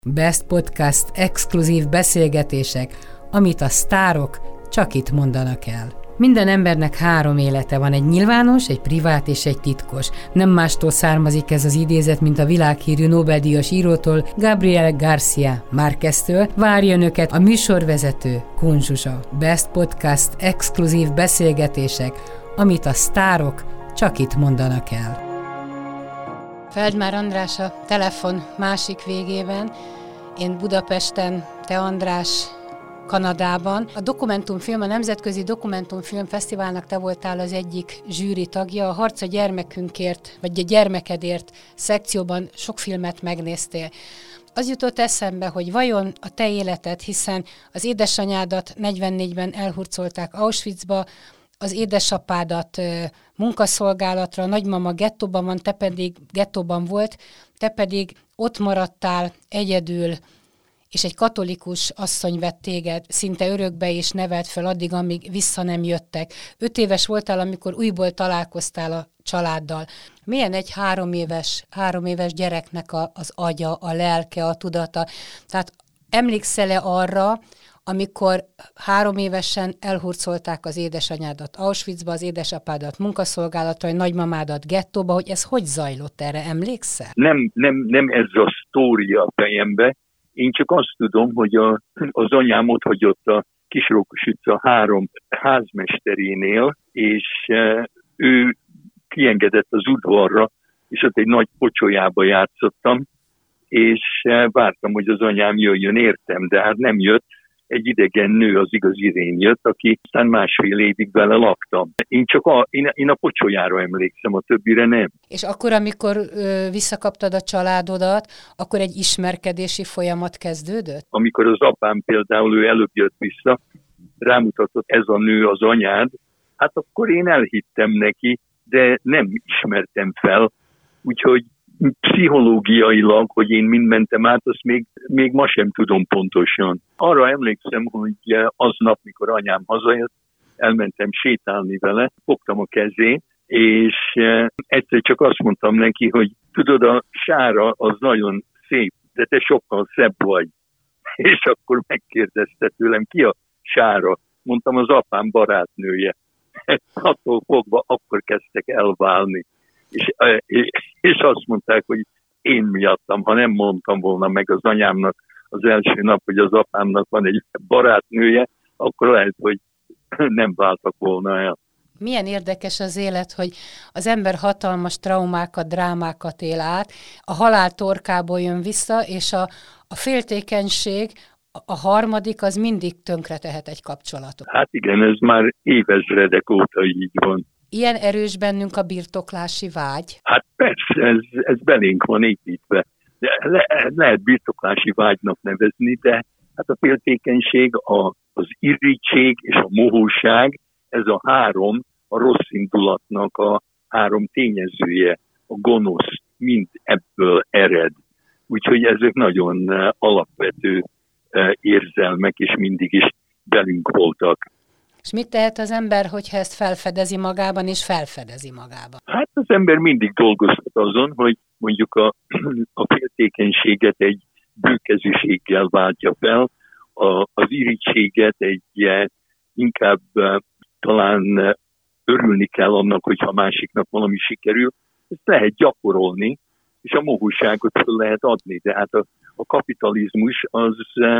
Best Podcast exkluzív beszélgetések, amit a sztárok csak itt mondanak el. Minden embernek 3 élete van, egy nyilvános, egy privát és egy titkos. Nem mástól származik ez az idézet, mint a világhírű Nobel-díjas írótól, Gabriel García Márqueztől. Várja önöket a műsorvezető, Kun Zsuzsa. Best Podcast exkluzív beszélgetések, amit a sztárok csak itt mondanak el. Feldmár András a telefon másik végében, én Budapesten, te András Kanadában. A dokumentumfilm, a Nemzetközi Dokumentumfilm Fesztiválnak te voltál az egyik zsűri tagja. A Harc a gyermekünkért, vagy a gyermekedért szekcióban sok filmet megnéztél. Az jutott eszembe, hogy vajon a te életed, hiszen az édesanyádat 44-ben elhurcolták Auschwitzba, az édesapádat munkaszolgálatra, a nagymama gettóban van, te pedig gettóban volt, te pedig ott maradtál egyedül, és egy katolikus asszony vett téged szinte örökbe és nevelt fel addig, amíg vissza nem jöttek. 5 éves voltál, amikor újból találkoztál a családdal. Milyen egy 3 éves gyereknek az agya, a lelke, a tudata? Tehát emlékszel-e arra, amikor 3 évesen elhurcolták az édesanyádat Auschwitzba, az édesapádat munkaszolgálatra, a nagymamádat gettóba, hogy ez hogy zajlott, erre emlékszel? Nem ez a sztória a fejembe. Én csak azt tudom, hogy az anyám ott hagyott a Kisrókus utca 3 házmesterénél, és ő kiengedett az udvarra, és ott egy nagy pocsolyába játszottam, és vártam, hogy az anyám jöjjön, értem, de hát nem jött. Egy idegen nő, az igaz Irén jött, aki aztán 1,5 évig vele laktam. Én a pocsolyára emlékszem, a többire nem. És akkor, amikor visszakaptad a családodat, akkor egy ismerkedési folyamat kezdődött? Amikor az apám például, ő előbb jött vissza, rámutatott, ez a nő az anyád, hát akkor én elhittem neki, de nem ismertem fel, úgyhogy pszichológiailag, hogy én mind mentem át, azt még ma sem tudom pontosan. Arra emlékszem, hogy aznap, mikor anyám hazajött, elmentem sétálni vele, fogtam a kezét, és egyszer csak azt mondtam neki, hogy tudod, a sára az nagyon szép, de te sokkal szebb vagy. És akkor megkérdezte tőlem, ki a sára? Mondtam, az apám barátnője. Attól fogva akkor kezdtek elválni. És azt mondták, hogy én miattam, ha nem mondtam volna meg az anyámnak az első nap, hogy az apámnak van egy barátnője, akkor lehet, hogy nem váltak volna el. Milyen érdekes az élet, hogy az ember hatalmas traumákat, drámákat él át, a halál torkából jön vissza, és a féltékenység, a harmadik, az mindig tönkretehet egy kapcsolatot. Hát igen, ez már évezredek óta így van. Ilyen erős bennünk a birtoklási vágy? Hát persze, ez belénk van építve. Lehet birtoklási vágynak nevezni, de hát a féltékenység, az irigység és a mohóság, ez a 3, a rossz indulatnak a 3 tényezője, a gonosz, mind ebből ered. Úgyhogy ezek nagyon alapvető érzelmek, és mindig is belünk voltak. És mit tehet az ember, hogyha ezt felfedezi magában, és felfedezi magában? Hát az ember mindig dolgozhat azon, hogy mondjuk a féltékenységet egy bőkezűséggel váltja fel, az irítséget inkább talán örülni kell annak, hogyha másiknak valami sikerül. Ezt lehet gyakorolni, és a mohóságot fel lehet adni. De hát a kapitalizmus az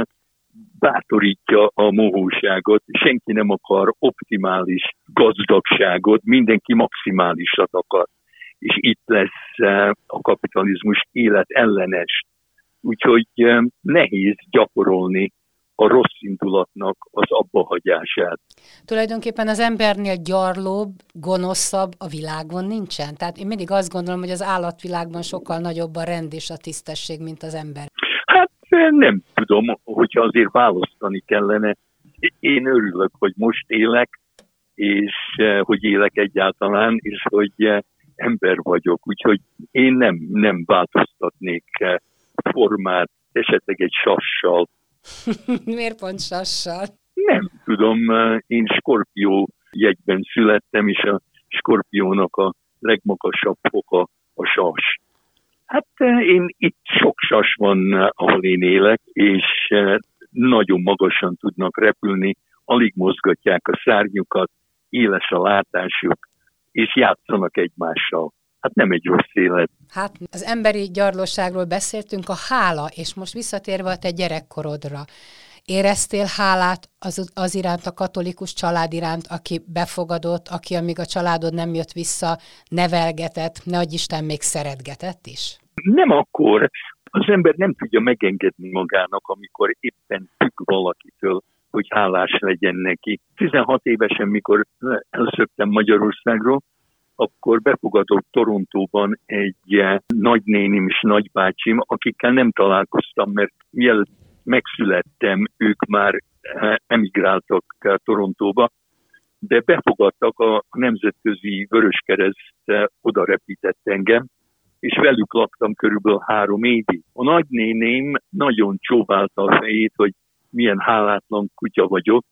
bátorítja a mohóságot, senki nem akar optimális gazdagságot, mindenki maximálisat akar. És itt lesz a kapitalizmus életellenes. Úgyhogy nehéz gyakorolni a rossz indulatnak az abbahagyását. Tulajdonképpen az embernél gyarlóbb, gonoszabb a világon nincsen? Tehát én mindig azt gondolom, hogy az állatvilágban sokkal nagyobb a rend és a tisztesség, mint az ember. Hát nem tudom, hogyha azért választani kellene. Én örülök, hogy most élek, és hogy élek egyáltalán, és hogy ember vagyok. Úgyhogy én nem változtatnék formát, esetleg egy sassal. Miért pont sassal? Nem tudom, én Skorpió jegyben születtem, és a Skorpiónak a legmagasabb foka a sas. Hát én itt sok sas van, ahol én élek, és nagyon magasan tudnak repülni, alig mozgatják a szárnyukat, éles a látásuk, és játszanak egymással. Hát nem egy rossz élet. Hát az emberi gyarlóságról beszéltünk, a hála, és most visszatérve a te gyerekkorodra. Éreztél hálát az iránt, a katolikus család iránt, aki befogadott, aki amíg a családod nem jött vissza, nevelgetett, nehogy Isten még szeretgetett is? Nem akkor. Az ember nem tudja megengedni magának, amikor éppen függ valakitől, hogy hálás legyen neki. 16 évesen, mikor elszöktem Magyarországról, akkor befogadott Torontóban egy nagynénim és nagybácsim, akikkel nem találkoztam, mert mielőtt megszülettem, ők már emigráltak Torontóba, de befogadtak, a Nemzetközi Vöröskereszt oda repített engem, és velük laktam körülbelül 3 évig. A nagynéném nagyon csóválta a fejét, hogy milyen hálátlan kutya vagyok,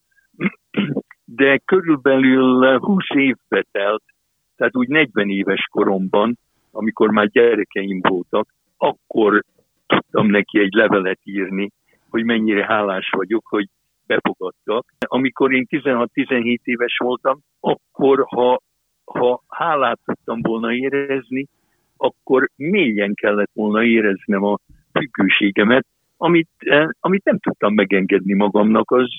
de körülbelül 20 évbe telt, tehát úgy 40 éves koromban, amikor már gyerekeim voltak, akkor tudtam neki egy levelet írni, hogy mennyire hálás vagyok, hogy befogadtak. Amikor én 16-17 éves voltam, akkor ha hálát tudtam volna érezni, akkor mélyen kellett volna éreznem a függőségemet, amit nem tudtam megengedni magamnak, az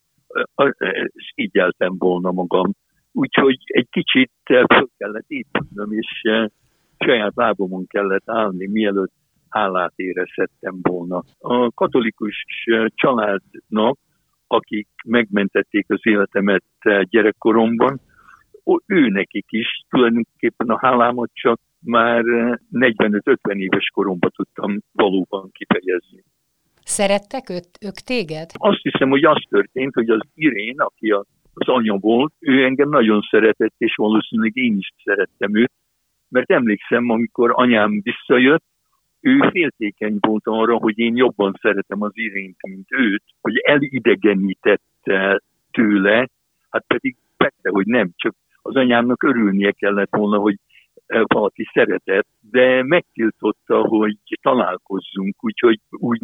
szégyeltem volna magam. Úgyhogy egy kicsit föl kellett épülnöm, és saját lábomon kellett állni, mielőtt hálát érezhettem volna. A katolikus családnak, akik megmentették az életemet gyerekkoromban, őnekik is tulajdonképpen a hálámat csak már 45-50 éves koromban tudtam valóban kifejezni. Szerettek ők téged? Azt hiszem, hogy az történt, hogy az Irén, aki az anya volt, ő engem nagyon szeretett, és valószínűleg én is szerettem őt, mert emlékszem, amikor anyám visszajött, ő féltékeny volt arra, hogy én jobban szeretem az Irént, mint őt, hogy elidegenített tőle, hát pedig persze, hogy nem, csak az anyámnak örülnie kellett volna, hogy valaki szeretett, de megtiltotta, hogy találkozzunk, úgyhogy úgy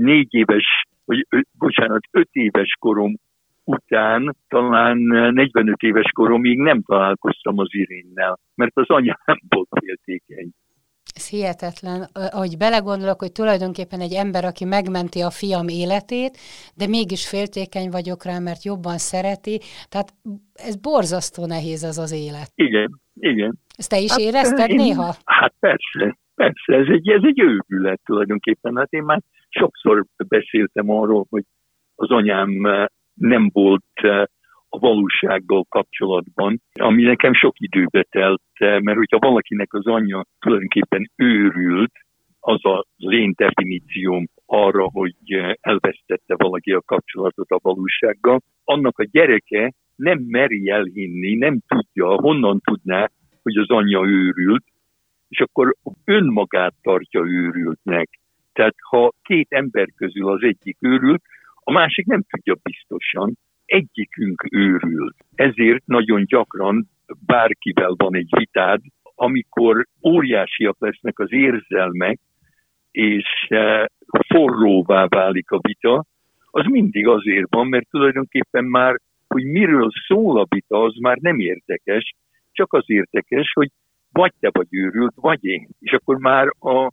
5 éves korom után, talán 45 éves koromig nem találkoztam az Irénnel, mert az anyám volt féltékeny. Ez hihetetlen, ahogy belegondolok, hogy tulajdonképpen egy ember, aki megmenti a fiam életét, de mégis féltékeny vagyok rá, mert jobban szereti, tehát ez borzasztó nehéz az élet. Igen. Ezt te is érezted néha? Hát persze, ez egy őrület tulajdonképpen. Hát én már sokszor beszéltem arról, hogy az anyám nem volt a valósággal kapcsolatban, ami nekem sok időbe telt, mert hogyha valakinek az anyja tulajdonképpen őrült, az az én definícióm arra, hogy elvesztette valaki a kapcsolatot a valósággal, annak a gyereke nem meri elhinni, nem tudja, honnan tudná, hogy az anyja őrült, és akkor önmagát tartja őrültnek. Tehát ha 2 ember közül az egyik őrült, a másik nem tudja biztosan, egyikünk őrült. Ezért nagyon gyakran bárkivel van egy vitád, amikor óriásiak lesznek az érzelmek, és forróvá válik a vita, az mindig azért van, mert tulajdonképpen már, hogy miről szól a vita, az már nem érdekes, csak az érdekes, hogy vagy te vagy őrült, vagy én. És akkor már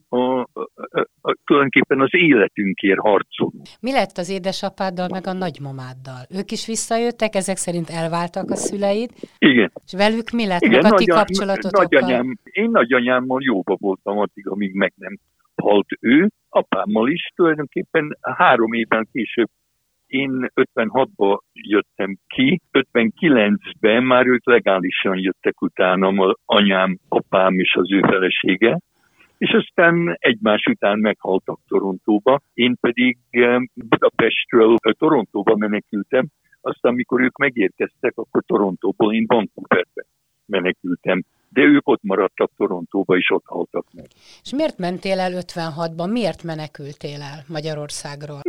tulajdonképpen az életünkért harcolunk. Mi lett az édesapáddal meg a nagymamáddal? Ők is visszajöttek, ezek szerint elváltak a szüleid? Igen. És velük mi lett? Igen, meg a ti kapcsolatotokkal? Én nagyanyámmal jóba voltam addig, amíg meg nem halt ő. Apámmal is tulajdonképpen 3 évvel később. Én 56-ba jöttem ki, 59-ben már ők legálisan jöttek utánam, anyám, apám és az ő felesége, és aztán egymás után meghaltak Torontóba. Én pedig Budapestről Torontóba menekültem, aztán amikor ők megérkeztek, akkor Torontóból én Vancouverbe menekültem. De ők ott maradtak Torontóba, és ott haltak meg. És miért mentél el 56-ban? Miért menekültél el Magyarországról?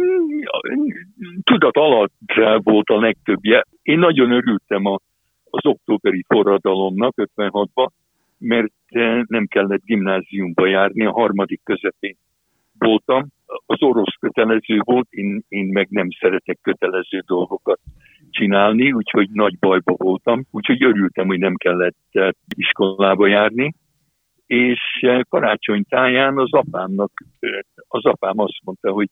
Tudat alatt volt a legtöbbje. Én nagyon örültem az októberi forradalomnak 56-ban, mert nem kellett gimnáziumba járni, a harmadik közepén voltam. Az orosz kötelező volt, én meg nem szeretek kötelező dolgokat csinálni, úgyhogy nagy bajba voltam, úgyhogy örültem, hogy nem kellett iskolába járni. És karácsony táján az apám azt mondta, hogy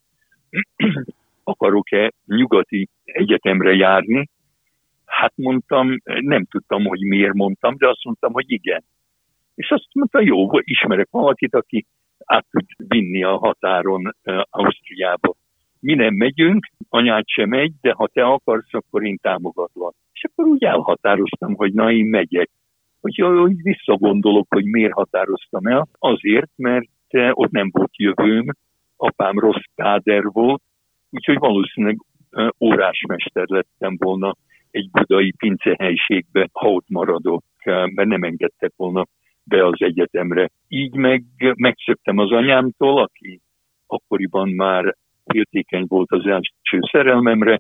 akarok-e nyugati egyetemre járni. Hát mondtam, nem tudtam, hogy miért mondtam, de azt mondtam, hogy igen. És azt mondta, jó, ismerek valakit, aki át tud vinni a határon Ausztriába. Mi nem megyünk, anyád sem megy, de ha te akarsz, akkor én támogatlak. És akkor úgy elhatároztam, hogy na, én megyek. Hogy visszagondolok, hogy miért határoztam el. Azért, mert ott nem volt jövőm, apám rossz káder volt, úgyhogy valószínűleg órásmester lettem volna egy budai pincehelyiségbe, ha ott maradok, mert nem engedtek volna be az egyetemre. Így megszöktem az anyámtól, aki akkoriban már féltékeny volt az első szerelmemre,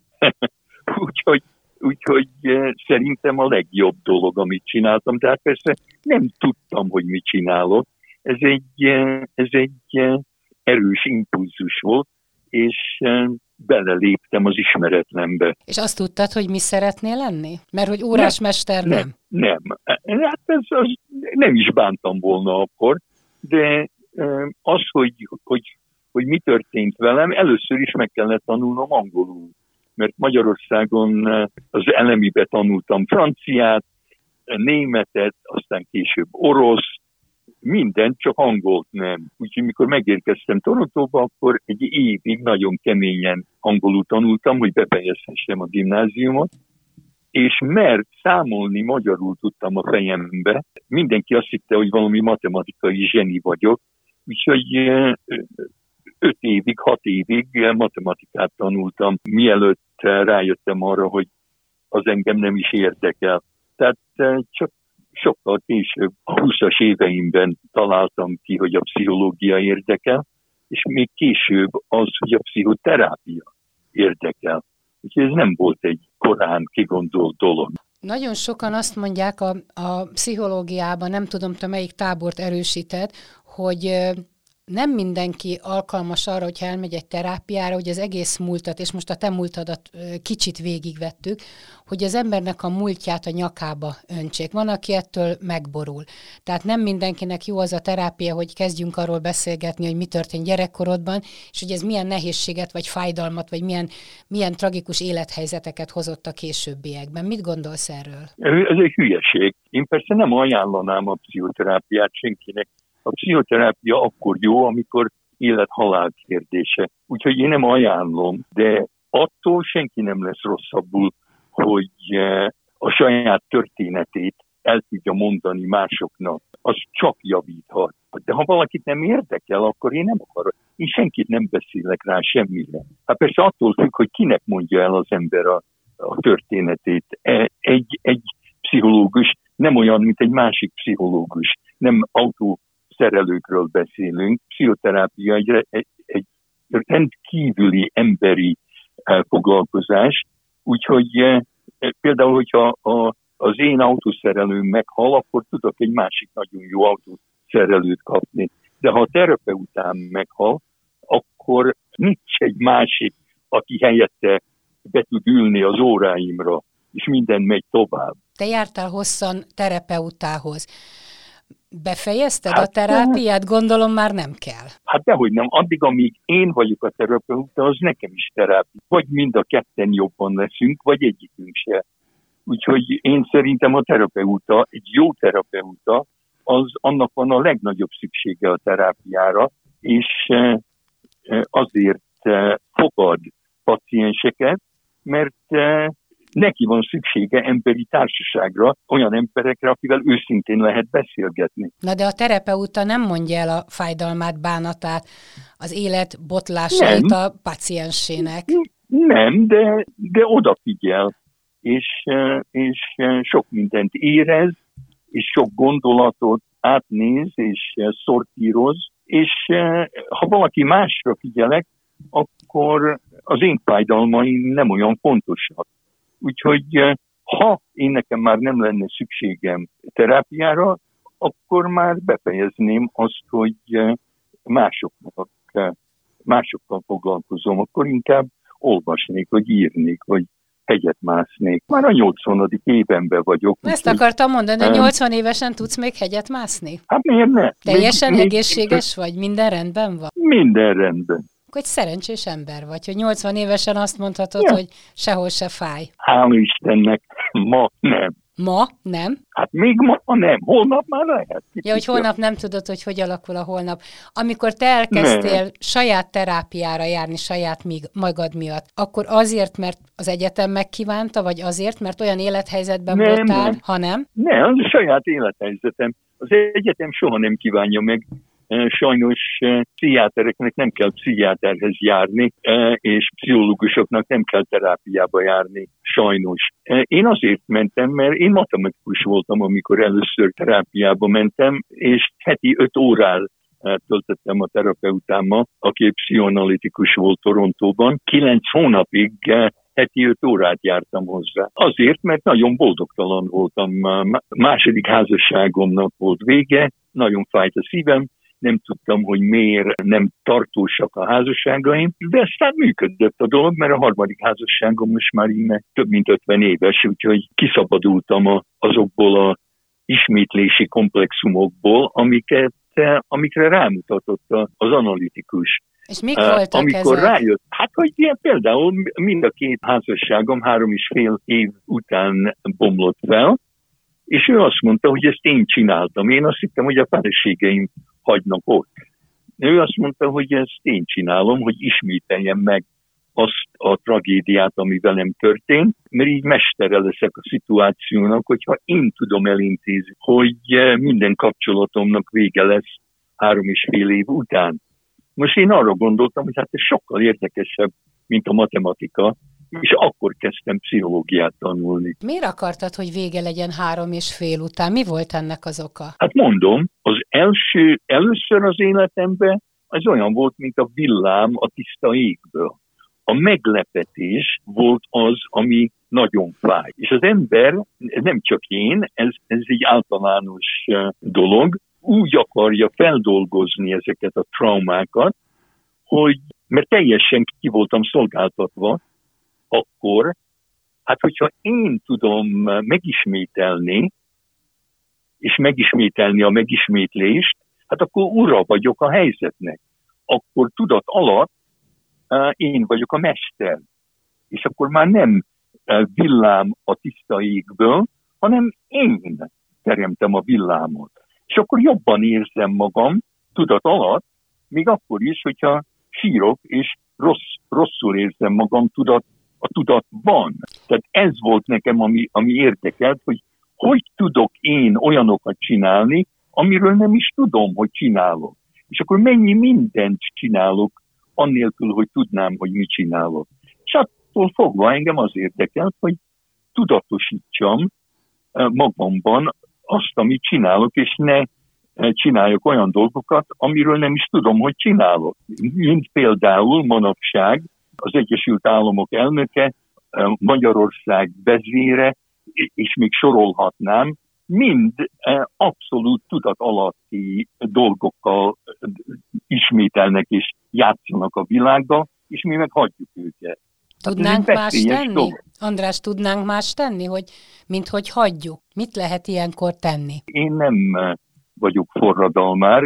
úgyhogy szerintem a legjobb dolog, amit csináltam. Tehát persze nem tudtam, hogy mit csinálok. Ez egy erős impulzus volt, és beleléptem az ismeretlenbe. És azt tudtad, hogy mi szeretnél lenni? Mert hogy órásmester nem? Nem. Hát az nem is bántam volna akkor, de az, hogy mi történt velem, először is meg kellett tanulnom angolul. Mert Magyarországon az elemibe tanultam franciát, németet, aztán később orosz, mindent, csak angolt nem. Úgyhogy mikor megérkeztem Torontóba, akkor egy évig nagyon keményen angolul tanultam, hogy befejezhessem a gimnáziumot, és mert számolni magyarul tudtam a fejembe, mindenki azt hitte, hogy valami matematikai zseni vagyok, úgyhogy 6 évig matematikát tanultam, mielőtt rájöttem arra, hogy az engem nem is érdekel. Tehát csak sokkal később, a 20-as éveimben találtam ki, hogy a pszichológia érdekel, és még később az, hogy a pszichoterápia érdekel. Úgyhogy ez nem volt egy korán kigondolt dolog. Nagyon sokan azt mondják a pszichológiában, nem tudom, te melyik tábort erősíted, hogy nem mindenki alkalmas arra, hogyha elmegy egy terápiára, hogy az egész múltat, és most a te múltadat kicsit végigvettük, hogy az embernek a múltját a nyakába öntsék. Van, aki ettől megborul. Tehát nem mindenkinek jó az a terápia, hogy kezdjünk arról beszélgetni, hogy mi történt gyerekkorodban, és hogy ez milyen nehézséget, vagy fájdalmat, vagy milyen tragikus élethelyzeteket hozott a későbbiekben. Mit gondolsz erről? Ez egy hülyeség. Én persze nem ajánlanám a pszichoterápiát senkinek. A pszichoterápia akkor jó, amikor élet-halál kérdése. Úgyhogy én nem ajánlom, de attól senki nem lesz rosszabbul, hogy a saját történetét el tudja mondani másoknak. Az csak javíthat. De ha valakit nem érdekel, akkor én nem akarok. Én senkit nem beszélek rá semmire. Hát persze attól függ, hogy kinek mondja el az ember a történetét. Egy pszichológus nem olyan, mint egy másik pszichológus. Nem autószerelőkről beszélünk. Pszichoterápia egy rendkívüli emberi foglalkozás. Úgyhogy például, hogyha az én autószerelőm meghal, akkor tudok egy másik nagyon jó autószerelőt kapni. De ha a terapeutám meghal, akkor nincs egy másik, aki helyette be tud ülni az óráimra, és minden megy tovább. Te jártál hosszan terapeutához. Befejezted a terápiát? Gondolom már nem kell. Hát dehogy nem. Addig, amíg én vagyok a terapeuta, az nekem is terápia. Vagy mind a ketten jobban leszünk, vagy egyikünk se. Úgyhogy én szerintem a terapeuta, egy jó terapeuta, annak van a legnagyobb szüksége a terápiára, és azért fogad pacienseket, mert neki van szüksége emberi társaságra, olyan emberekre, akivel őszintén lehet beszélgetni. Na de a terapeuta nem mondja el a fájdalmát, bánatát, az élet botlásait a paciensének. Nem, de odafigyel, és sok mindent érez, és sok gondolatot átnéz, és szortíroz, és ha valaki másra figyelek, akkor az én fájdalmaim nem olyan fontosak. Úgyhogy ha én nekem már nem lenne szükségem terápiára, akkor már befejezném azt, hogy másokkal foglalkozom, akkor inkább olvasnék, vagy írnék, vagy hegyet másznék. Már a 80. évenben vagyok. Ezt akartam mondani, hogy 80 évesen tudsz még hegyet mászni? Hát miért ne? Teljesen egészséges vagy? Minden rendben van? Minden rendben. Akkor egy szerencsés ember vagy, hogy 80 évesen azt mondhatod, hogy sehol se fáj. Hála Istennek, ma nem. Ma nem? Hát még ma nem, holnap már lehet. Ja, hogy holnap nem tudod, hogy alakul a holnap. Amikor te elkezdtél saját terápiára járni, saját magad miatt, akkor azért, mert az egyetem megkívánta, vagy azért, mert olyan élethelyzetben voltál, ha nem? Nem, az a saját élethelyzetem. Az egyetem soha nem kívánja meg. Sajnos pszichiátereknek nem kell pszichiáterhez járni, és pszichológusoknak nem kell terápiába járni, sajnos. Én azért mentem, mert én matematikus voltam, amikor először terápiába mentem, és heti 5 órát töltöttem a terapeutámmal, aki pszichoanalitikus volt Torontóban. 9 hónapig heti 5 órát jártam hozzá. Azért, mert nagyon boldogtalan voltam. Második házasságomnak volt vége, nagyon fájt a szívem, nem tudtam, hogy miért nem tartósak a házasságaim, de aztán működött a dolog, mert a harmadik házasságom most már íme több mint 50 éves, úgyhogy kiszabadultam azokból a ismétlési komplexumokból, amikre rámutatott az analitikus. És mik voltak amikor ezek? Rájött, hát hogy ilyen például mind a 2 házasságom 3,5 év után bomlott fel, és ő azt mondta, hogy ezt én csináltam. Én azt hittem, hogy a feleségeim hagynak ott. Ő azt mondta, hogy ezt én csinálom, hogy ismételjem meg azt a tragédiát, ami velem történt, mert így mestere leszek a szituációnak, hogyha én tudom elintézni, hogy minden kapcsolatomnak vége lesz 3,5 év után. Most én arra gondoltam, hogy hát ez sokkal érdekesebb, mint a matematika, és akkor kezdtem pszichológiát tanulni. Miért akartad, hogy vége legyen 3,5 után? Mi volt ennek az oka? Hát mondom, az először az életemben az olyan volt, mint a villám a tiszta égből. A meglepetés volt az, ami nagyon fáj. És az ember, nem csak én, ez egy általános dolog, úgy akarja feldolgozni ezeket a traumákat, hogy mert teljesen ki voltam szolgáltatva, akkor, hát hogyha én tudom megismételni, és megismételni a megismétlést, hát akkor ura vagyok a helyzetnek. Akkor tudat alatt én vagyok a mester. És akkor már nem villám a tiszta égből, hanem én teremtem a villámot. És akkor jobban érzem magam tudat alatt, még akkor is, hogyha sírok, és rosszul érzem magam a tudatban. Tehát ez volt nekem, ami érdekelt, hogy tudok én olyanokat csinálni, amiről nem is tudom, hogy csinálok. És akkor mennyi mindent csinálok, annélkül, hogy tudnám, hogy mit csinálok. És attól fogva engem az érdekelt, hogy tudatosítsam magamban azt, amit csinálok, és ne csináljak olyan dolgokat, amiről nem is tudom, hogy csinálok. Mint például manapság az Egyesült Államok elnöke, Magyarország vezére, és még sorolhatnám, mind abszolút tudat alatti dolgokkal ismételnek és játszanak a világgal, és mi meg hagyjuk őket. Tudnánk más tenni? András, tudnánk más tenni, hogy hagyjuk? Mit lehet ilyenkor tenni? Én nem vagyok forradalmár,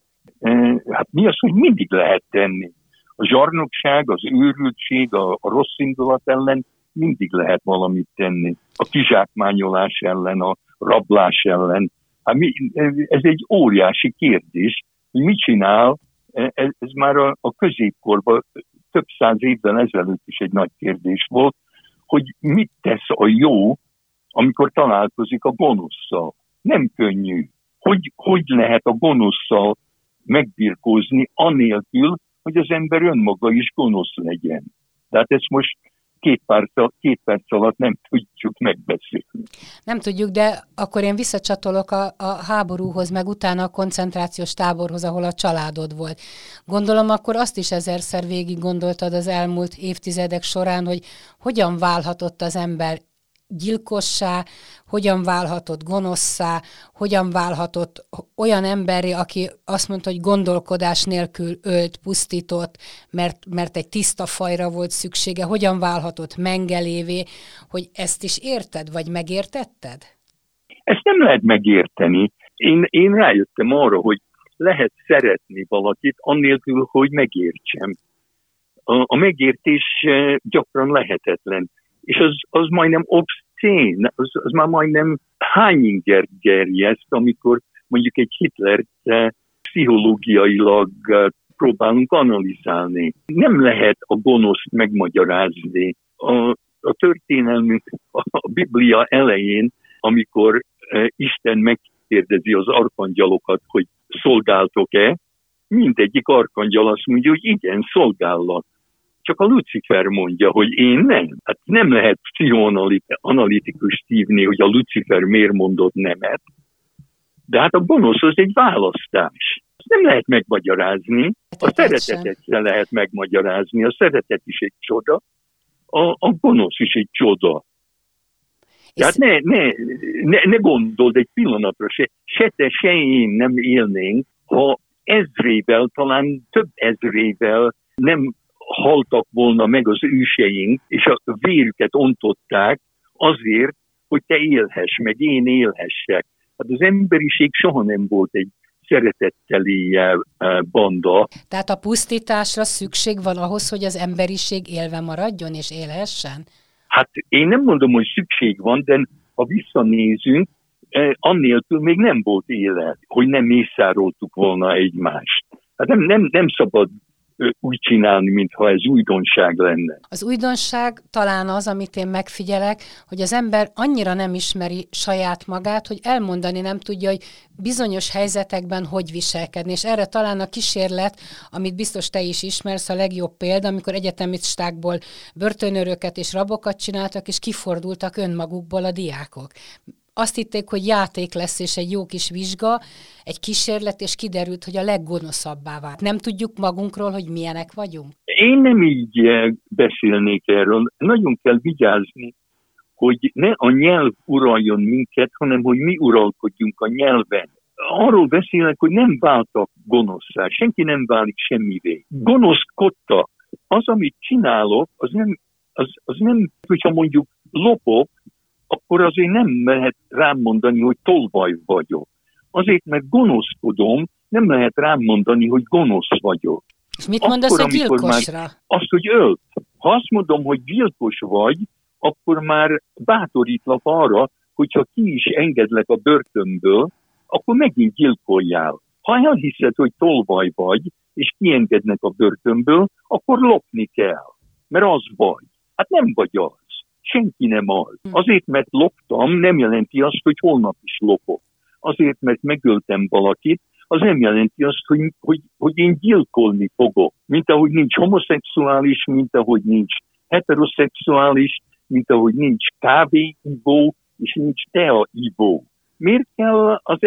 hát mi az, hogy mindig lehet tenni? A zsarnokság, az őrültség, a rossz indulat ellen mindig lehet valamit tenni. A kizsákmányolás ellen, a rablás ellen. Hát ez egy óriási kérdés, hogy mit csinál, ez már a középkorban több száz évvel ezelőtt is egy nagy kérdés volt, hogy mit tesz a jó, amikor találkozik a gonoszszal. Nem könnyű. Hogy lehet a gonoszszal megbirkózni anélkül, hogy az ember önmaga is gonosz legyen. Tehát ezt most két perc alatt nem tudjuk megbeszélni. Nem tudjuk, de akkor én visszacsatolok a háborúhoz, meg utána a koncentrációs táborhoz, ahol a családod volt. Gondolom, akkor azt is ezerszer végig gondoltad az elmúlt évtizedek során, hogy hogyan válhatott az ember gyilkossá, hogyan válhatott gonoszszá, hogyan válhatott olyan emberré, aki azt mondta, hogy gondolkodás nélkül ölt, pusztított, mert egy tiszta fajra volt szüksége, hogyan válhatott mengelévé, hogy ezt is érted, vagy megértetted? Ezt nem lehet megérteni. Én rájöttem arra, hogy lehet szeretni valakit, annélkül, hogy megértsem. A megértés gyakran lehetetlen. És az majdnem obszcén, az már majdnem hányinger gerjeszt, amikor mondjuk egy Hitlert pszichológiailag próbálunk analizálni. Nem lehet a gonoszt megmagyarázni. A történelmünk a Biblia elején, amikor Isten megkérdezi az arkangyalokat, hogy szolgáltok-e, mindegyik arkangyal azt mondja, hogy igen, szolgállak. Csak a Lucifer mondja, hogy én nem. Hát nem lehet pszichoanalitikus hívni, hogy a Lucifer miért mondott nemet. De hát a gonosz az egy választás. Ezt nem lehet megmagyarázni. A szeretetet se lehet megmagyarázni. A szeretet is egy csoda. A gonosz is egy csoda. Tehát ne gondold egy pillanatra, se te, se én nem élnénk, ha ezrével, talán több ezrével nem haltak volna meg az őseink, és a vérüket ontották azért, hogy te élhess, meg én élhessek. Hát az emberiség soha nem volt egy szeretetteli banda. Tehát a pusztításra szükség van ahhoz, hogy az emberiség élve maradjon és élhessen? Hát én nem mondom, hogy szükség van, de ha visszanézünk, annélkül még nem volt élet, hogy nem mészároltuk volna egymást. Hát nem szabad úgy csinálni, mintha ez újdonság lenne. Az újdonság talán az, amit én megfigyelek, hogy az ember annyira nem ismeri saját magát, hogy elmondani nem tudja, hogy bizonyos helyzetekben hogy viselkedni. És erre talán a kísérlet, amit biztos te is ismersz, a legjobb példa, amikor egyetemistákból börtönőröket és rabokat csináltak, és kifordultak önmagukból a diákok. Azt hitték, hogy játék lesz, és egy jó kis vizsga, egy kísérlet, és kiderült, hogy a leggonoszabbá vált. Nem tudjuk magunkról, hogy milyenek vagyunk? Én nem így beszélnék erről. Nagyon kell vigyázni, hogy ne a nyelv uraljon minket, hanem hogy mi uralkodjunk a nyelven. Arról beszélek, hogy nem váltak gonoszszá, senki nem válik semmivé. Gonoszkodtak. Az, amit csinálok, az nem, hogyha mondjuk lopok, akkor azért nem lehet rám mondani, hogy tolvaj vagyok. Azért, mert gonoszkodom, nem lehet rám mondani, hogy gonosz vagyok. És mit mondasz a gyilkosra? Azt, hogy ölt. Ha azt mondom, hogy gyilkos vagy, akkor már bátorítlak arra, hogyha ki is engedlek a börtönből, akkor megint gyilkoljál. Ha elhiszed, hogy tolvaj vagy, és kiengednek a börtönből, akkor lopni kell. Mert az vagy. Hát nem vagy az. Senki nem az. Azért, mert loptam, nem jelenti azt, hogy holnap is lopok. Azért, mert megöltem valakit, az nem jelenti azt, hogy én gyilkolni fogok. Mint ahogy nincs homoszexuális, mint ahogy nincs heteroszexuális, mint ahogy nincs kávéivó, és nincs teaivó. Miért kell az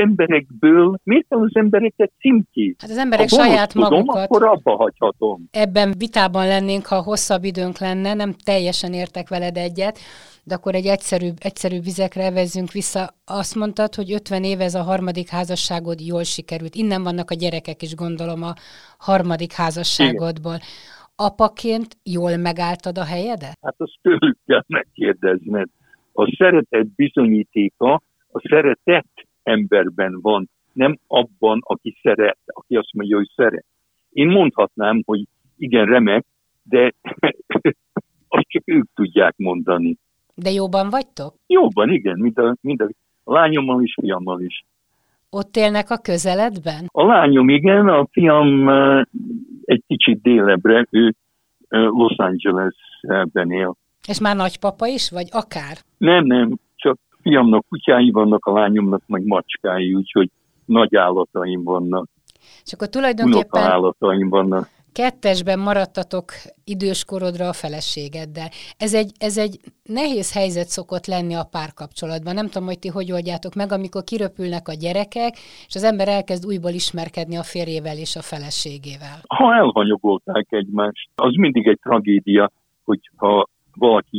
embereket címkézni? Hát az emberek saját magukat. Akkor abba hagyhatom. Ebben vitában lennénk, ha hosszabb időnk lenne, nem teljesen értek veled egyet, de akkor egy egyszerűbb vizekre evezzünk vissza. Azt mondtad, hogy 50 éve ez a harmadik házasságod jól sikerült. Innen vannak a gyerekek is, gondolom, a harmadik házasságodból. Igen. Apaként jól megálltad a helyedet? Hát azt tőlük kell megkérdezned. A szeretet bizonyítéka a szeretett emberben van, nem abban, aki szeret, aki azt mondja, hogy szeret. Én mondhatnám, hogy igen, remek, de azt csak ők tudják mondani. De jóban vagytok? Jóban, igen, mind a lányommal is, fiammal is. Ott élnek a közeledben? A lányom igen, a fiam egy kicsit délebbre, ő Los Angelesben él. És már nagypapa is, vagy akár? Nem, csak fiamnak kutyái vannak, a lányomnak meg macskái, úgyhogy nagy állataim vannak. És akkor tulajdonképpen állataim vannak. Kettesben maradtatok időskorodra a feleségeddel. Ez egy nehéz helyzet szokott lenni a párkapcsolatban. Nem tudom, hogy ti hogy oldjátok meg, amikor kiröpülnek a gyerekek, és az ember elkezd újból ismerkedni a férjével és a feleségével. Ha elhanyagolták egymást, az mindig egy tragédia, hogyha valaki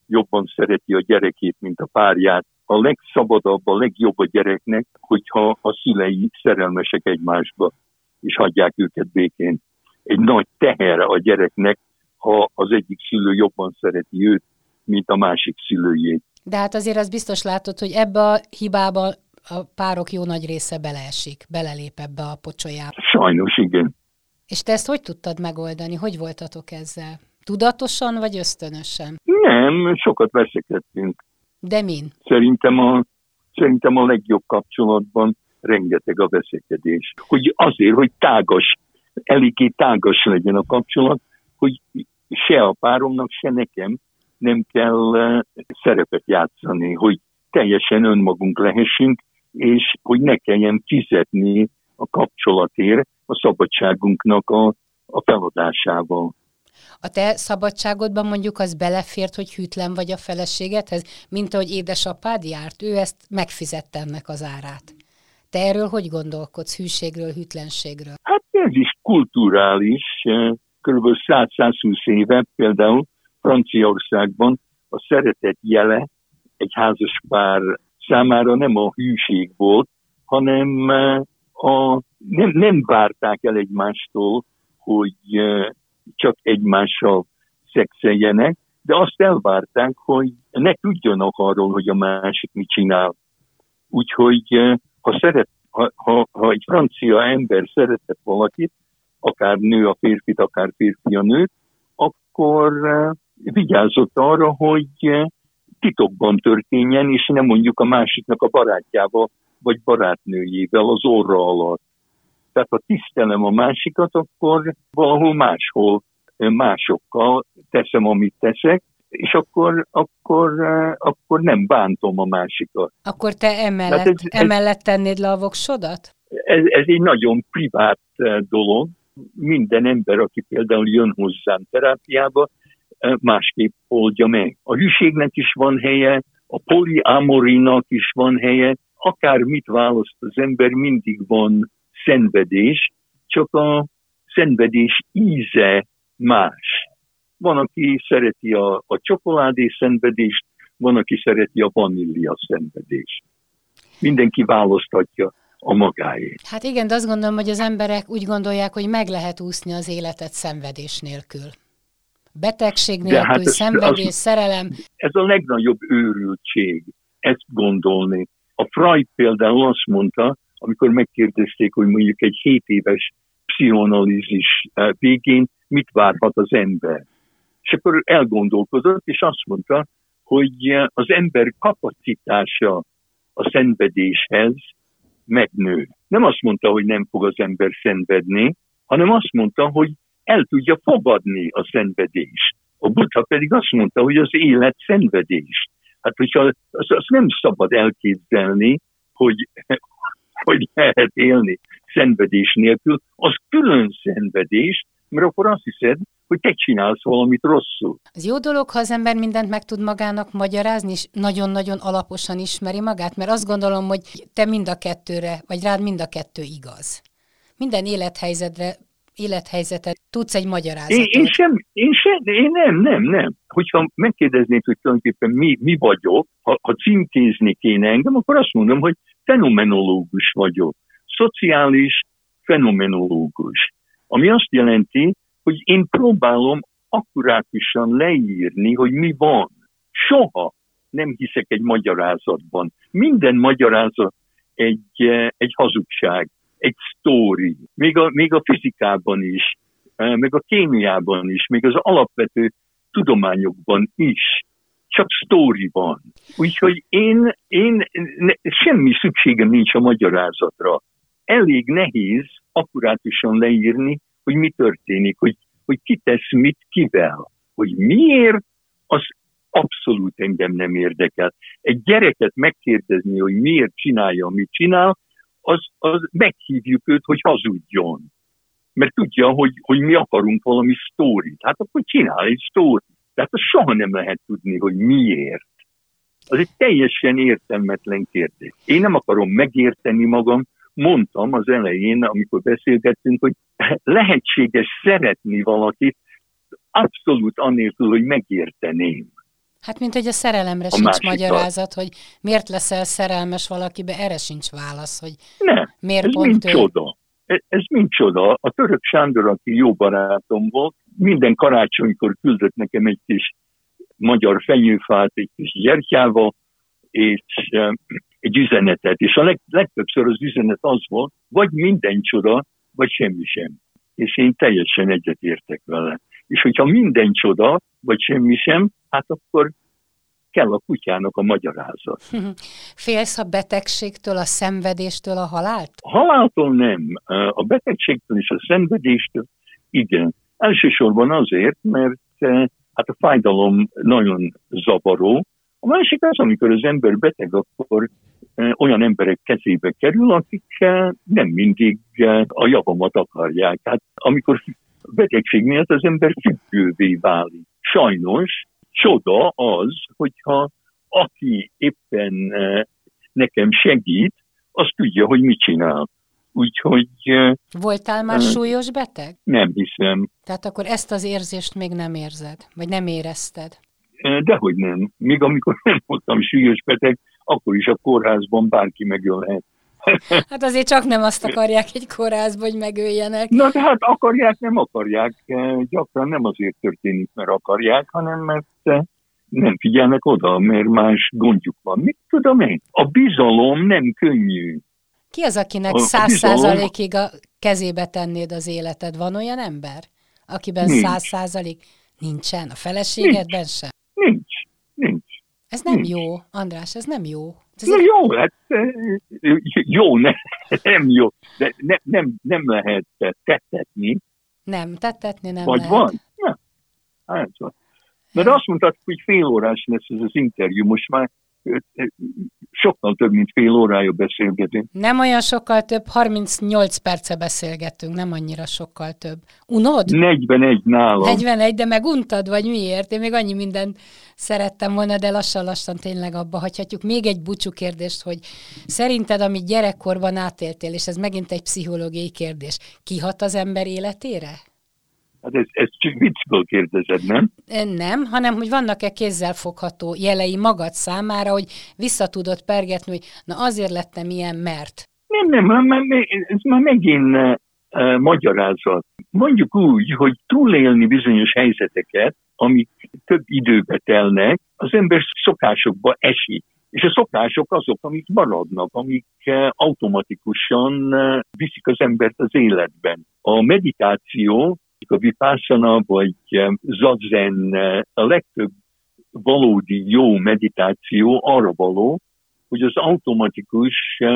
jobban szereti a gyerekét, mint a párját. A legszabadabb, a legjobb a gyereknek, hogyha a szülei szerelmesek egymásba, és hagyják őket békén. Egy nagy teher a gyereknek, ha az egyik szülő jobban szereti őt, mint a másik szülőjét. De hát azért az biztos látod, hogy ebbe a hibába a párok jó nagy része beleesik, belelép ebbe a pocsolyába. Sajnos, igen. És te ezt hogy tudtad megoldani? Hogy voltatok ezzel? Tudatosan vagy ösztönösen? Nem, sokat veszekedtünk. De min? Szerintem a legjobb kapcsolatban rengeteg a veszekedés. Hogy azért, hogy eléggé tágas legyen a kapcsolat, hogy se a páromnak, se nekem nem kell szerepet játszani, hogy teljesen önmagunk lehessünk, és hogy ne kelljen fizetni a kapcsolatért a szabadságunknak a feladásával. A te szabadságodban mondjuk az belefért, hogy hűtlen vagy a feleségedhez, mint ahogy édesapád járt, ő ezt megfizette ennek az árát. Te erről hogy gondolkodsz, hűségről, hűtlenségről? Hát ez is kulturális, kb. 100-120 éve például Franciaországban a szeretet jele egy házas pár számára nem a hűség volt, hanem nem várták el egymástól, hogy csak egymással szexeljenek, de azt elvárták, hogy ne tudjanak arról, hogy a másik mit csinál. Úgyhogy ha egy francia ember szeretett valakit, akár nő a férfit, akár férfi a nőt, akkor vigyázott arra, hogy titokban történjen, és nem mondjuk a másiknak a barátjával, vagy barátnőjével az orra alatt. Tehát ha tisztelem a másikat, akkor valahol máshol másokkal teszem, amit teszek, és akkor nem bántom a másikat. Akkor te emellett tennéd le a voksodat? Ez egy nagyon privát dolog. Minden ember, aki például jön hozzám terápiába, másképp oldja meg. A hűségnek is van helye, a poliamorinak is van helye, akármit választ az ember, mindig van szenvedés, csak a szenvedés íze más. Van, aki szereti a csokoládé szenvedést, van, aki szereti a vanília szenvedést. Mindenki választhatja a magáét. Hát igen, de azt gondolom, hogy az emberek úgy gondolják, hogy meg lehet úszni az életet szenvedés nélkül. Betegség nélkül, hát szenvedés, szerelem. Ez a legnagyobb őrültség, ezt gondolni. A Freud például azt mondta, amikor megkérdezték, hogy mondjuk egy 7 éves pszichoanalízis végén mit várhat az ember. És akkor elgondolkodott, és azt mondta, hogy az ember kapacitása a szenvedéshez megnő. Nem azt mondta, hogy nem fog az ember szenvedni, hanem azt mondta, hogy el tudja fogadni a szenvedést. A Buddha pedig azt mondta, hogy az élet szenvedés. Hát, hogyha azt nem szabad elképzelni, hogy lehet élni szenvedés nélkül, az külön szenvedés, mert akkor azt hiszed, hogy te csinálsz valamit rosszul. Ez jó dolog, ha az ember mindent meg tud magának magyarázni, és nagyon-nagyon alaposan ismeri magát, mert azt gondolom, hogy te mind a kettőre, vagy rád mind a kettő igaz. Minden élethelyzetet tudsz egy magyarázatot. Én nem. Hogyha megkérdeznék, hogy tulajdonképpen mi vagyok, ha címkézni kéne engem, akkor azt mondom, hogy fenomenológus vagyok. Szociális fenomenológus. Ami azt jelenti, hogy én próbálom akkurátusan leírni, hogy mi van. Soha nem hiszek egy magyarázatban. Minden magyarázat egy hazugság, egy sztori. Még a fizikában is, meg a kémiában is, még az alapvető tudományokban is. Csak sztori van. Úgyhogy semmi szükségem nincs a magyarázatra. Elég nehéz akkurátusan leírni, hogy mi történik, hogy ki tesz mit kivel. Hogy miért, az abszolút engem nem érdekel. Egy gyereket megkérdezni, hogy miért csinálja, amit csinál, az meghívjuk őt, hogy hazudjon. Mert tudja, hogy mi akarunk valami sztórit. Hát akkor csinál egy sztórit. Tehát azt soha nem lehet tudni, hogy miért. Az egy teljesen értelmetlen kérdés. Én nem akarom megérteni magam. Mondtam az elején, amikor beszélgettünk, hogy lehetséges szeretni valakit abszolút anélkül, hogy megérteném. Hát, mint hogy a szerelemre sincs magyarázat, hogy miért leszel szerelmes valakibe, erre sincs válasz, hogy nem, miért ez pont mind ő. csoda. Ez mind csoda. A Török Sándor, aki jó barátom volt, minden karácsonykor küldött nekem egy kis magyar fenyőfát, egy kis gyertyával, és egy üzenetet. És a legtöbbször az üzenet az volt, vagy minden csoda, vagy semmi sem. És én teljesen egyetértek vele. És hogyha minden csoda, vagy semmi sem, hát akkor kell a kutyának a magyarázat. Félsz a betegségtől, a szenvedéstől, a halált? A haláltól nem. A betegségtől és a szenvedéstől igen. Elsősorban azért, mert hát a fájdalom nagyon zavaró. A másik az, amikor az ember beteg, akkor olyan emberek kezébe kerül, akik nem mindig a javamat akarják. Hát amikor betegség miatt az ember függővé válik. Sajnos csoda az, hogyha aki éppen nekem segít, az tudja, hogy mit csinál. Úgyhogy... Voltál már súlyos beteg? Nem hiszem. Tehát akkor ezt az érzést még nem érzed, vagy nem érezted? Dehogy nem. Még amikor nem voltam súlyos beteg, akkor is a kórházban bárki megölhet. Hát azért csak nem azt akarják egy kórházban, hogy megöljenek. Na de hát akarják, nem akarják. Gyakran nem azért történik, mert akarják, hanem mert nem figyelnek oda, mert más gondjuk van. Mit tudom én? A bizalom nem könnyű. Ki az, akinek 100%-ig a kezébe tennéd az életed? Van olyan ember, akiben 100% nincsen? A feleségedben sem? Nincs. Ez nem jó, András, ez nem jó. Jó, hát jó, nem jó, de nem lehet tettetni. Nem, tettetni nem vagy lehet. Vagy van? Ja. Hát van. Mert azt mondtad, hogy fél órás lesz ez az interjú, most már sokkal több, mint fél órája beszélgetünk. Nem olyan sokkal több, 38 perce beszélgettünk, nem annyira sokkal több. Unod? 41 nálam. 41, de meguntad, vagy miért? Én még annyi mindent szerettem volna, de lassan tényleg abba hagyhatjuk. Még egy búcsú kérdést, hogy szerinted, amit gyerekkorban átéltél, és ez megint egy pszichológiai kérdés, kihat az ember életére? Hát ez csak viccből kérdezed, nem? Nem, hanem hogy vannak-e kézzelfogható jelei magad számára, hogy vissza tudod pergetni, hogy na azért lettem ilyen, mert. Nem, ez már megint magyarázat. Mondjuk úgy, hogy túlélni bizonyos helyzeteket, amik több időbe telnek, az ember szokásokba esik. És a szokások azok, amik maradnak, amik automatikusan viszik az embert az életben. A meditáció, a vipassana vagy zazen, a legtöbb valódi jó meditáció arra való, hogy az automatikus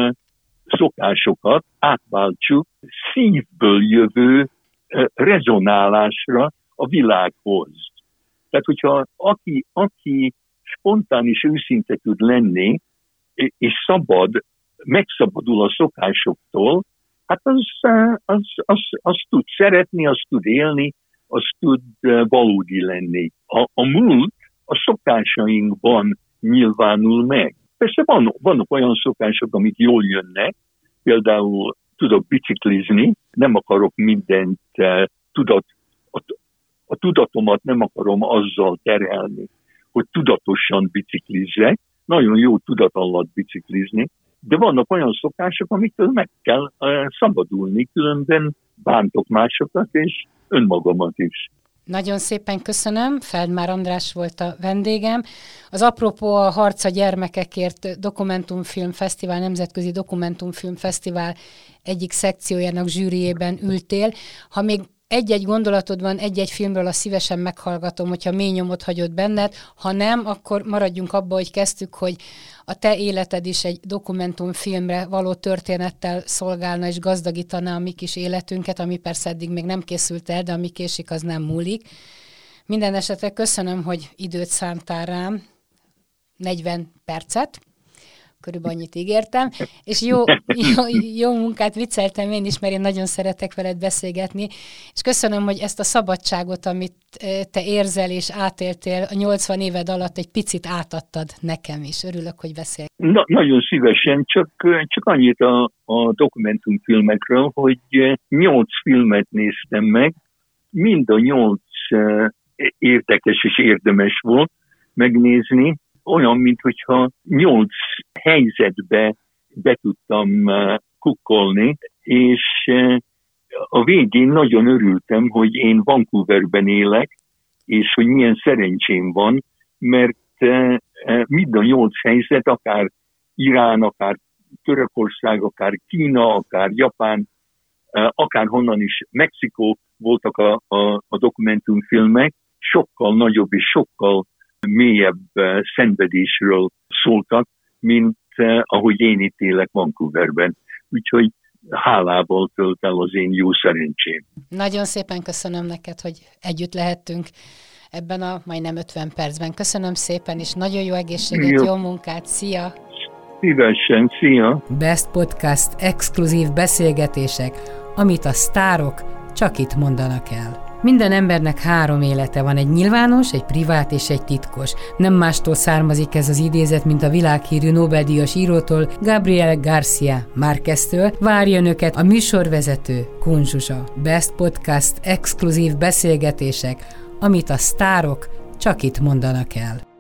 szokásokat átváltsuk szívből jövő rezonálásra a világhoz. Tehát, hogyha aki spontán és őszinte tud lenni, és megszabadul a szokásoktól, hát az tud szeretni, az tud élni, az tud valódi lenni. A múlt a szokásainkban nyilvánul meg. Persze vannak olyan szokások, amik jól jönnek, például tudok biciklizni, nem akarok mindent, a tudatomat nem akarom azzal terhelni, hogy tudatosan biciklizzek, nagyon jó tudat alatt biciklizni, de vannak olyan szokások, amiktől meg kell szabadulni, különben bántok másokat és önmagamat is. Nagyon szépen köszönöm, Feldmár András volt a vendégem. Az Apropó a Harc a gyermekekért dokumentumfilmfesztivál, Nemzetközi Dokumentumfilmfesztivál egyik szekciójának zsűriében ültél. Ha még egy-egy gondolatod van egy-egy filmről, azt szívesen meghallgatom, hogyha mély nyomot hagyott benned. Ha nem, akkor maradjunk abba, hogy kezdtük, hogy a te életed is egy dokumentumfilmre való történettel szolgálna és gazdagítaná a mi kis életünket, ami persze eddig még nem készült el, de ami késik, az nem múlik. Minden esetre köszönöm, hogy időt szántál rám, 40 percet. Körülbelül annyit ígértem, és jó munkát, vicceltem én is, mert én nagyon szeretek veled beszélgetni, és köszönöm, hogy ezt a szabadságot, amit te érzel és átéltél a 80 éved alatt, egy picit átadtad nekem is. Örülök, hogy beszél. Nagyon szívesen, csak annyit a dokumentumfilmekről, hogy 8 filmet néztem meg, mind a 8 érdekes és érdemes volt, megnézni. Olyan, mintha 8 helyzetbe be tudtam kukkolni, és a végén nagyon örültem, hogy én Vancouverben élek, és hogy milyen szerencsém van, mert mind a 8 helyzet, akár Irán, akár Törökország, akár Kína, akár Japán, akár honnan is, Mexikó voltak a dokumentumfilmek, sokkal nagyobb és sokkal mélyebb szenvedésről szóltak, mint ahogy én itt élek Vancouverben. Úgyhogy hálával tölt el az én jó szerencsém. Nagyon szépen köszönöm neked, hogy együtt lehettünk ebben a majdnem 50 percben. Köszönöm szépen, és nagyon jó egészséget, jó munkát. Szia! Szívesen, szia! Best Podcast exkluzív beszélgetések, amit a sztárok csak itt mondanak el. Minden embernek 3 élete van, egy nyilvános, egy privát és egy titkos. Nem mástól származik ez az idézet, mint a világhírű Nobel-díjas írótól, Gabriel García Márqueztől. Várja önöket a műsorvezető, Kun Zsuzsa. Best Podcast exkluzív beszélgetések, amit a sztárok csak itt mondanak el.